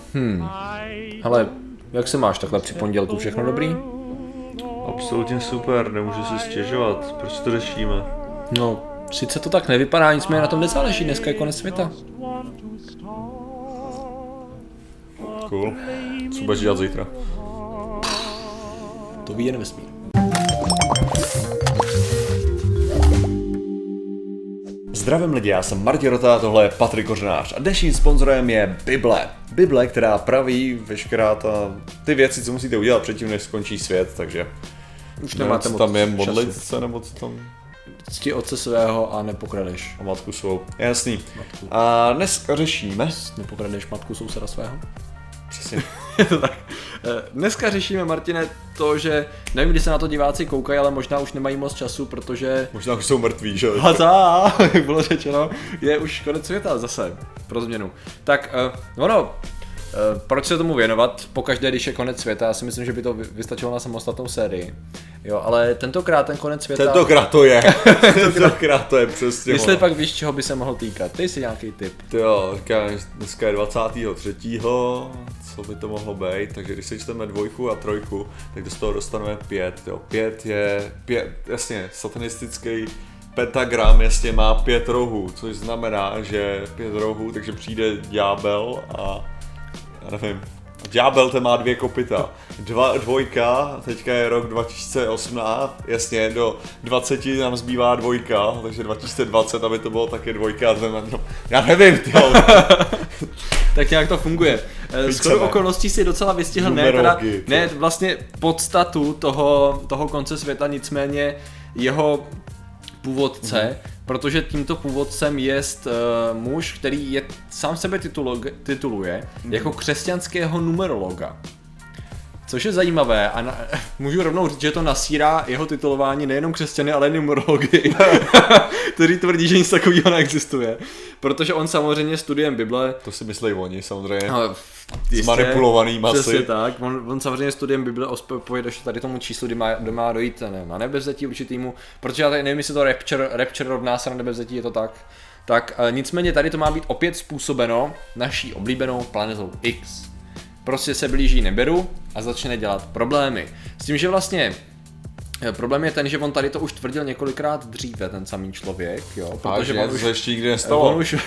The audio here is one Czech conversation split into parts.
Hele, jak se máš takhle při pondělku, všechno dobrý? Absolutně super, nemůžu si stěžovat, proč to řešíme? No, sice to tak nevypadá, nicméně na tom nezáleží, dneska je konec světa. Cool, co budeš dělat zítra? To ví jen vesmír. Zdravím lidi, já jsem Martin Rota, tohle je Patrik Kořenář a dnešním sponzorem je Bible. Bible, která praví veškerá ty věci, co musíte udělat předtím, než skončí svět, takže Už nemáte co tam je, moc modlit času. se, nebo co tam? Cti otce svého a nepokradeš. A matku svou, jasný. Matku. A dneska řešíme... Nepokradeš matku souseda svého? Přesně. Je to tak. Dneska řešíme, Martine, to, že nevím, kdy se na to diváci koukají, ale možná už nemají moc času, protože... Možná už jsou mrtví, že? Hazá, jak bylo řečeno, je už konec světa zase, pro změnu. Tak proč se tomu věnovat pokaždé, když je konec světa? Já si myslím, že by to vystačilo na samostatnou sérii. Jo, ale tentokrát ten konec světa... Tentokrát to je. Tentokrát to je přesně. Jestli pak víš, čeho by se mohl týkat. Dej si nějaký tip. Jo, říkáš, dneska je 23. Co by to mohlo být, takže když sečteme 2 a 3, tak z toho dostaneme 5. Jo. 5 je, jasně, satanistický pentagram jasně má 5 rohů, což znamená, že 5 rohů, takže přijde ďábel a já nevím, ďábel ten má 2 kopyta. 2, teďka je rok 2018, jasně, do 20 nám zbývá 2, takže 2020, aby to bylo taky 2 a já nevím, tyjo. Tak nějak to funguje. Shodou okolností si docela vystihl ne vlastně podstatu toho konce světa, nicméně jeho původce, protože tímto původcem jest muž, který je sám sebe tituluje jako křesťanského numerologa. Což je zajímavé a můžu rovnou říct, že to nasírá jeho titulování nejenom křesťany, ale i numerology, kteří tvrdí, že nic takového neexistuje. Protože on samozřejmě studiem Bible... To si myslí oni samozřejmě. Jistě, zmanipulovaný masy. Přesně tak, on samozřejmě studiem Bible povede tady tomu číslu, kdy má dojít na nebevzetí určitýmu, protože já tady nevím, jestli to rapture rovná se na nebevzetí, je to tak. Tak nicméně tady to má být opět způsobeno naší oblíbenou planetou X. Prostě se blíží Nibiru a začne dělat problémy. S tím, že vlastně problém je ten, že on tady to už tvrdil několikrát dříve, ten samý člověk, jo, protože on už to ještě nikdy nestalo. On už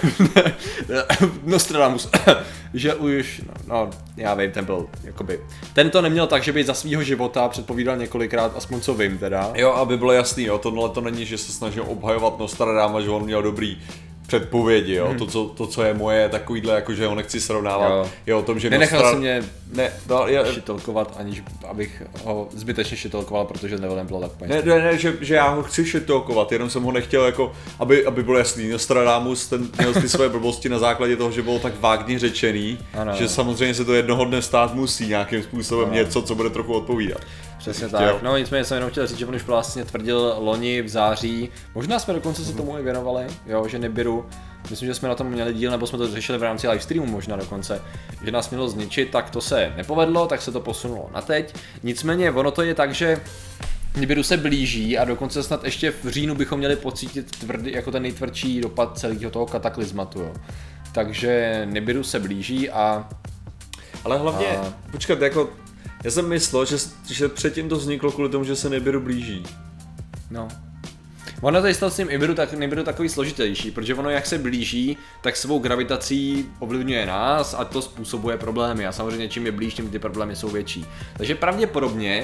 Nostradamus, že už, já vím, ten byl, jakoby, ten to neměl tak, že by za svýho života předpovídal několikrát, aspoň co vím teda. Jo, aby bylo jasný, jo, tohle to není, že se snažil obhajovat Nostradama, že on měl dobrý předpovědi, jo, to, co je moje, takovýhle, jakože ho nechci srovnávat, je o tom, že nenechal si mě šitolkovat, aniž abych ho zbytečně šitolkoval, protože nebylo tak paní. Ne, že já ho chci šitolkovat, jenom jsem ho nechtěl jako, aby bylo jasný, Nostradamus ten měl ty své blbosti na základě toho, že bylo tak vágně řečený, že samozřejmě se to jednoho dne stát musí nějakým způsobem něco, co bude trochu odpovídat. Přesně tak, no nicméně jsem jenom chtěl říct, že on už vlastně tvrdil loni v září, možná jsme dokonce se tomu i věnovali, jo, že Nibiru, myslím, že jsme na tom měli díl, nebo jsme to řešili v rámci livestreamu možná dokonce, že nás mělo zničit, tak to se nepovedlo, tak se to posunulo na teď, nicméně ono to je tak, že Nibiru se blíží a dokonce snad ještě v říjnu bychom měli pocítit tvrdý, jako ten nejtvrdší dopad celého toho kataklizmatu, jo. Takže Nibiru se blíží a... Ale hlavně, počkat, jako... Já jsem myslel, že předtím to vzniklo kvůli tomu, že se Nibiru blíží. No. Ono to je s tím Nibiru takový složitější, protože ono jak se blíží, tak svou gravitací ovlivňuje nás a to způsobuje problémy a samozřejmě čím je blíž, tím ty problémy jsou větší. Takže pravděpodobně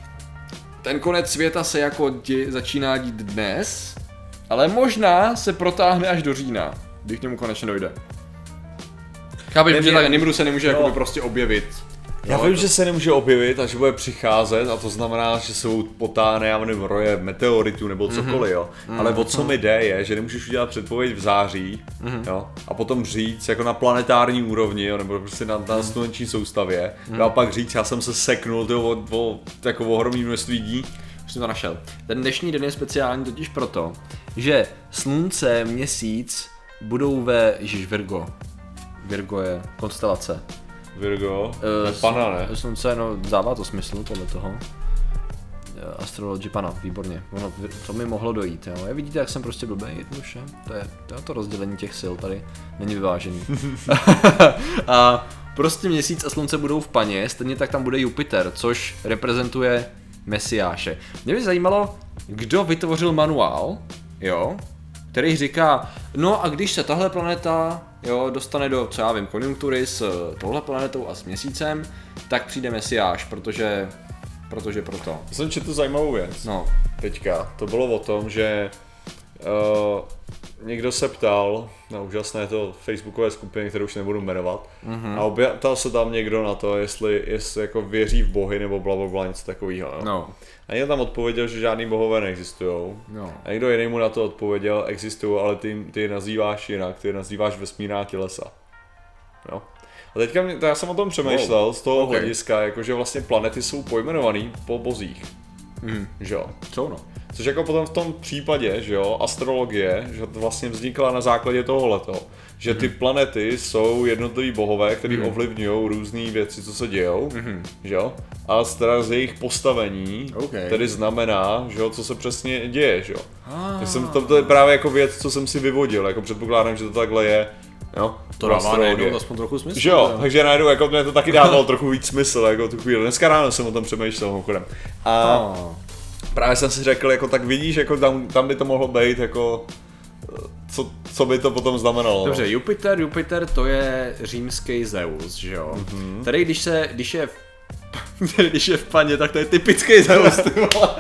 ten konec světa se jako začíná dít dnes, ale možná se protáhne až do října, když k němu konečně dojde. Chápeš, že tak Nibiru se nemůže jakoby prostě objevit. Já vím, že se nemůže objevit a že bude přicházet a to znamená, že jsou potáhne, já nevím, roje meteoritů nebo cokoliv, jo. Ale o co mi jde je, že nemůžeš udělat předpověď v září, jo, a potom říct jako na planetární úrovni, jo, nebo prostě na sluneční soustavě, a pak říct, já jsem se seknul o ohromný množství lidí. Už jsem to našel. Ten dnešní den je speciální totiž proto, že slunce, měsíc budou ve Virgo. Virgo je konstelace. Virgo, pana, ne? Slunce, no dává to smysl podle toho. Astrology pana, výborně. Ono, to mi mohlo dojít, jo. A vidíte, jak jsem prostě blbý, jednoduše. To je to rozdělení těch sil tady, není vyvážený. A prostě Měsíc a Slunce budou v Paně, stejně tak tam bude Jupiter, což reprezentuje Mesiáše. Mě by zajímalo, kdo vytvořil manuál, jo, který říká, no a když se tahle planeta, jo, dostane do, co já vím, konjunktury s touhle planetou a s Měsícem, tak přijde Mesiáš, protože proto. Jsem četl zajímavou věc. No. Teďka, to bylo o tom, že někdo se ptal na úžasné to facebookové skupiny, kterou už nebudu jmenovat, a ptal se tam někdo na to, jestli jako věří v bohy nebo blablabla, něco takového. No. A někdo tam odpověděl, že žádný bohové neexistují. No. A někdo jiný mu na to odpověděl, existují, ale ty je nazýváš jinak, ty je nazýváš vesmírná tělesa. Jo. A teďka já jsem o tom přemýšlel z toho hlediska, jakože vlastně planety jsou pojmenovaný po bozích. Že jo? Co no? Což jako potom v tom případě, že jo, astrologie, že to vlastně vznikla na základě tohohleto, že ty planety jsou jednotliví bohové, kteří ovlivňují různé věci, co se dějou, že jo, a teda z jejich postavení tedy znamená, že jo, co se přesně děje, že jo. To je právě jako věc, co jsem si vyvodil, jako předpokládám, že to takhle je. Jo, to dává najednou aspoň trochu smysl. Že jo, takže najednou jako mě to taky dávalo trochu víc smysl, jako tu chvíli. Dneska ráno jsem o tom přemýšlel mimochodem. A právě jsem si řekl, jako tak vidíš, jako tam by to mohlo být, jako co by to potom znamenalo. Dobře, no? Jupiter to je římský Zeus, že jo. Tady když je v Paně, tak to je typický Zeus, ty vole.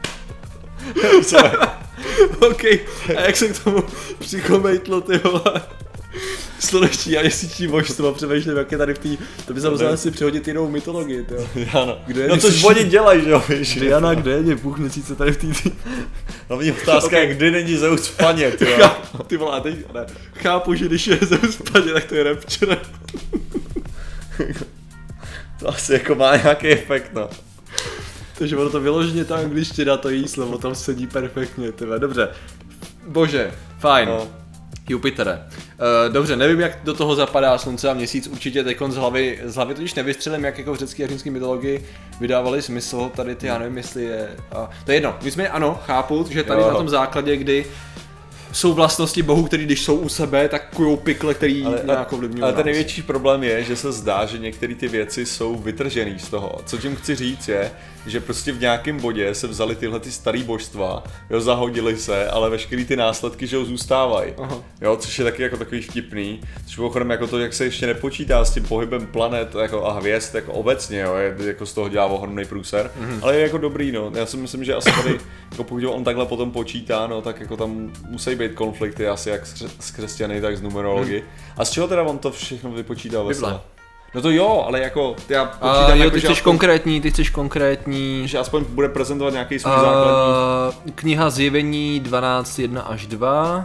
OK, a jak se k tomu přikomejtlo, ty vole? Sluneční a měsíční božstvo, přemýšlím, jak je tady v té, to by se musel si přihodit jinou mytologii, jo. Ano. No což oni dělají, že jo, víš. Diana, kde je Bůh měsíce tady v té... Hlavní otázka je, kdy není Zeus v Paně, ty jo. Ty vole, teď ne. Chápu, že když je Zeus v Paně, tak to je Rapture. To asi jako má nějaký efekt, no. Takže ono to vyloženě ta angličtina, to její slovo tam sedí perfektně, tyhle, dobře. Bože, fajn. No. Jupitere. Dobře, nevím, jak do toho zapadá Slunce a Měsíc, určitě teďkon z hlavy totiž nevystřelím, jak jako v řecké a římské mytologii vydávali smysl, tady ty, já nevím, jestli je... To je jedno, nicméně ano, chápu, že tady na tom základě, kdy jsou vlastnosti bohů, který když jsou u sebe, tak kujou pikle, který nějak ovlivňují. Ale ten největší problém je, že se zdá, že některé ty věci jsou vytržený z toho. Co tím chci říct je, že prostě v nějakém bodě se vzali tyhle ty starý božstva, jo, zahodili se, ale veškerý ty následky, že ho zůstávají. Jo, což je taky jako takový vtipný. Což mimochodem jako to, jak se ještě nepočítá s tím pohybem planet jako a hvězd jako obecně, jo, je, jako z toho dělá ohromný průser, ale je jako dobrý, no. Já si myslím, že asi tady, jako pokud on takhle potom počítá, no, tak jako tam musí být konflikty asi jak s křesťany, tak s numerologií. A z čeho teda on to všechno vypočítá vesele? No to jo, ale jako já počítám, jo, ty chceš konkrétní, že aspoň bude prezentovat nějaký svůj základní. Kniha Zjevení 12:1 až 2.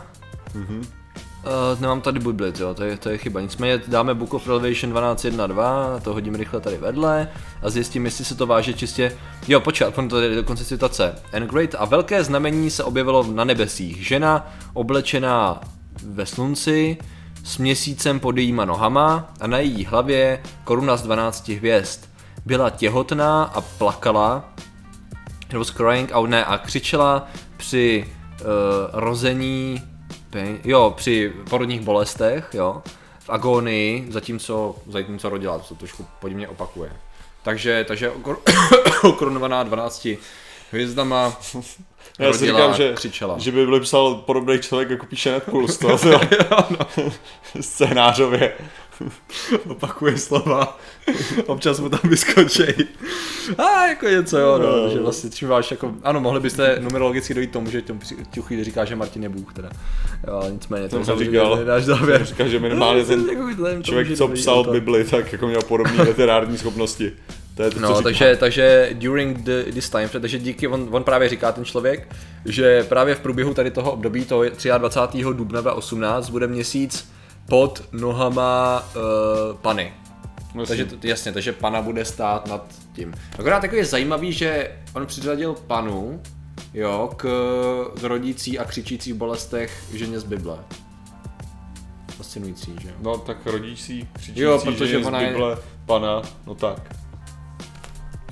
Nemám tady Bibli, jo, to je chyba. Nicméně dáme Book of Revelation 12:1-2, to hodím rychle tady vedle a zjistím, jestli se to váže čistě. Jo, počkat, to je dokonce citace. And great a velké znamení se objevilo na nebesích. Žena oblečená ve slunci, s měsícem pod jejíma nohama a na její hlavě koruna z 12 hvězd. Byla těhotná a plakala, was crying out, ne, a křičela při rození, při porodních bolestech, jo, v agónii, zatímco rodila, to trošku podivně opakuje. Takže korunovaná 12 hvězdama. Já si říkám, že by byl psal podobný člověk, jako píše Netpuls, to scénářově. Opakuje slova, občas mu tam vyskočej. Jako něco, jo, no, že vlastně čím váš, jako, ano, mohli byste numerologicky dojít tomu, že tu chvíli říká, že Martin je Bůh, teda. Jo, ale nicméně, to jsem říkal, říkal, že minimálně ten člověk, co psal Bibli, tak jako měl podobné literární schopnosti. No, takže during this time, takže díky, on právě říká ten člověk, že právě v průběhu tady toho období, toho 23. dubna 2018, bude měsíc pod nohama Pany. Takže jasně, takže Pana bude stát nad tím. Akorát takový je zajímavý, že on přiřadil Panu, jo, k rodící a křičící v bolestech ženě z Bible. Fascinující, že jo? No tak rodící, křičící ženě z Bible, Pana, no tak.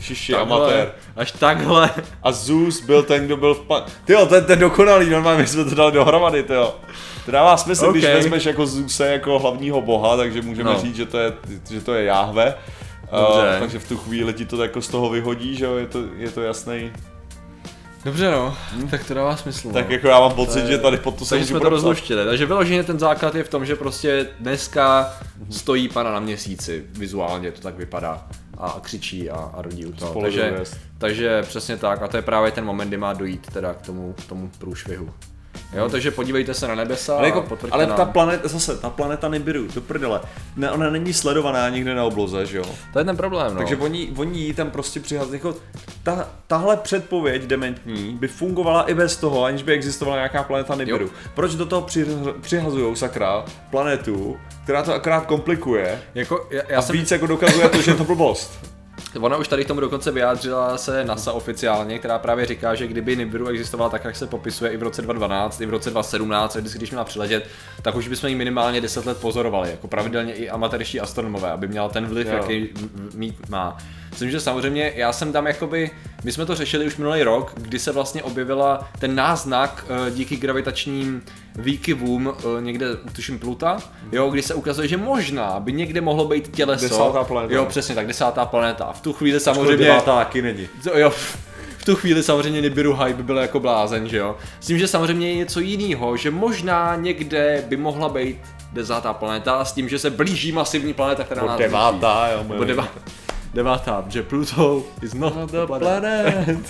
Šiši, amatér. Až takhle. A Zeus byl ten, kdo byl tyjo, ten dokonalý, normálně my jsme to dali dohromady, tyjo. To dává smysl, okay. Když vezmeš jako Zeuse jako hlavního boha, takže můžeme říct, že to je Jahve. Takže v tu chvíli ti to jako z toho vyhodí, že jo, je to jasný. Dobře no, tak to dává smysl. Tak jako já mám pocit, že tady pod to se můžu jsme to rozluštili, takže vyloženě ten základ je v tom, že prostě dneska stojí pana na měsíci, vizuálně to tak vypadá a křičí a rodí u toho. Takže přesně tak a to je právě ten moment, kdy má dojít teda k tomu průšvihu. Jo, takže podívejte se na nebesa ale ta planeta Nibiru, do prdele, ne, ona není sledovaná nikde na obloze, že jo? To je ten problém, no. Takže oni jí tam prostě přihazují, jako tahle předpověď dementní by fungovala i bez toho, aniž by existovala nějaká planeta Nibiru. Jo. Proč do toho přihazujou sakra planetu, která to akorát komplikuje já jsem víc jako dokazuje to, že je to blbost. Ona už tady k tomu dokonce vyjádřila se NASA oficiálně, která právě říká, že kdyby Nibiru existovala tak, jak se popisuje i v roce 2012, i v roce 2017, vždycky, když měla přiletět, tak už bychom ji minimálně 10 let pozorovali, jako pravidelně i amatérští astronomové, aby měla ten vliv, jaký mít má. Myslím, že samozřejmě já jsem tam my jsme to řešili už minulý rok, kdy se vlastně objevila ten náznak díky gravitačním výkyvům někde, tuším Pluta, jo, kdy se ukazuje, že možná by někde mohlo být těleso. 10. planeta. Jo, přesně tak, 10. planeta. V tu chvíli samozřejmě 9. taky není. Jo, v tu chvíli samozřejmě Nibiru hype byl jako blázen, že jo. S tím, že samozřejmě je něco jiného, že možná někde by mohla být 10. planeta s tím, že se blíží masivní planeta, která nás 9. jo. 9. že Pluto is not the planet.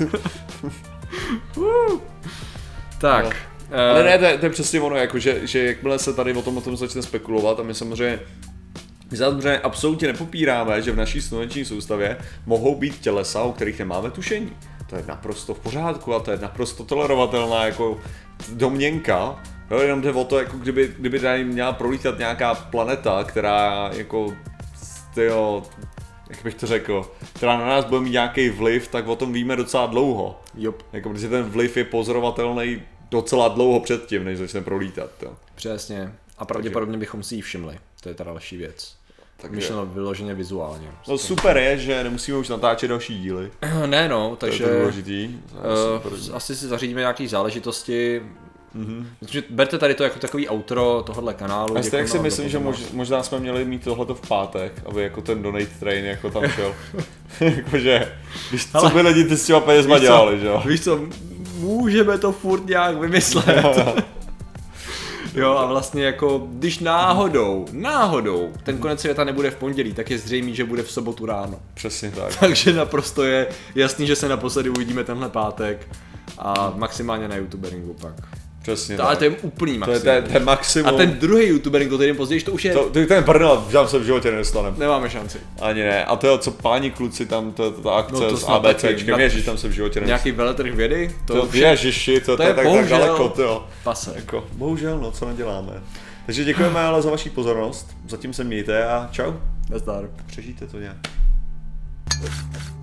Tak. No. Ale ne, to je přesně ono, jako, že jakmile se tady o tom začne spekulovat a my samozřejmě absolutně nepopíráme, že v naší sluneční soustavě mohou být tělesa, o kterých nemáme tušení. To je naprosto v pořádku a to je naprosto tolerovatelná jako domněnka. Jo, jenom jde o to, jako kdyby tady měla prolítat nějaká planeta, která jako jak bych to řekl, která na nás bude mít nějaký vliv, tak o tom víme docela dlouho. Jako, protože ten vliv je pozorovatelný docela dlouho předtím, než začne prolítat. Jo. Přesně. A pravděpodobně bychom si ji všimli. To je ta další věc. Myšleno vyloženě vizuálně. No super je, že nemusíme už natáčet další díly. Ne no, takže to je důležitý. Asi si zařídíme nějaké záležitosti. Myslím, že berte tady to jako takový outro tohohle kanálu. A tak si myslím, že možná jsme měli mít tohleto v pátek, aby jako ten donate train jako tam šel. Jakože, co by lidi ty s těma penězma dělali, že jo? Víš co, můžeme to furt nějak vymyslet. Jo a vlastně jako, když náhodou ten konec světa nebude v pondělí, tak je zřejmý, že bude v sobotu ráno. Přesně tak. Takže naprosto je jasný, že se naposledy uvidíme tenhle pátek a maximálně na YouTuberingu pak. Přesně tak. Ale to je úplný maximum. To je maximum. A ten druhý YouTubering, to týden později, to už je... Ten prdel, žádám se v životě nedostaneme. Nemáme šanci. Ani ne. A to je co páni kluci tam, ta akce s ABCčkem, ježiš, tam se v životě nedostaneme. Nějaký veletrh vědy? Ježiši, to je tak daleko, to pase. Jako, bohužel, no, co neděláme. Takže děkujeme ale za vaši pozornost, zatím se mějte a čau. Nazdar. Přežijte to nějak.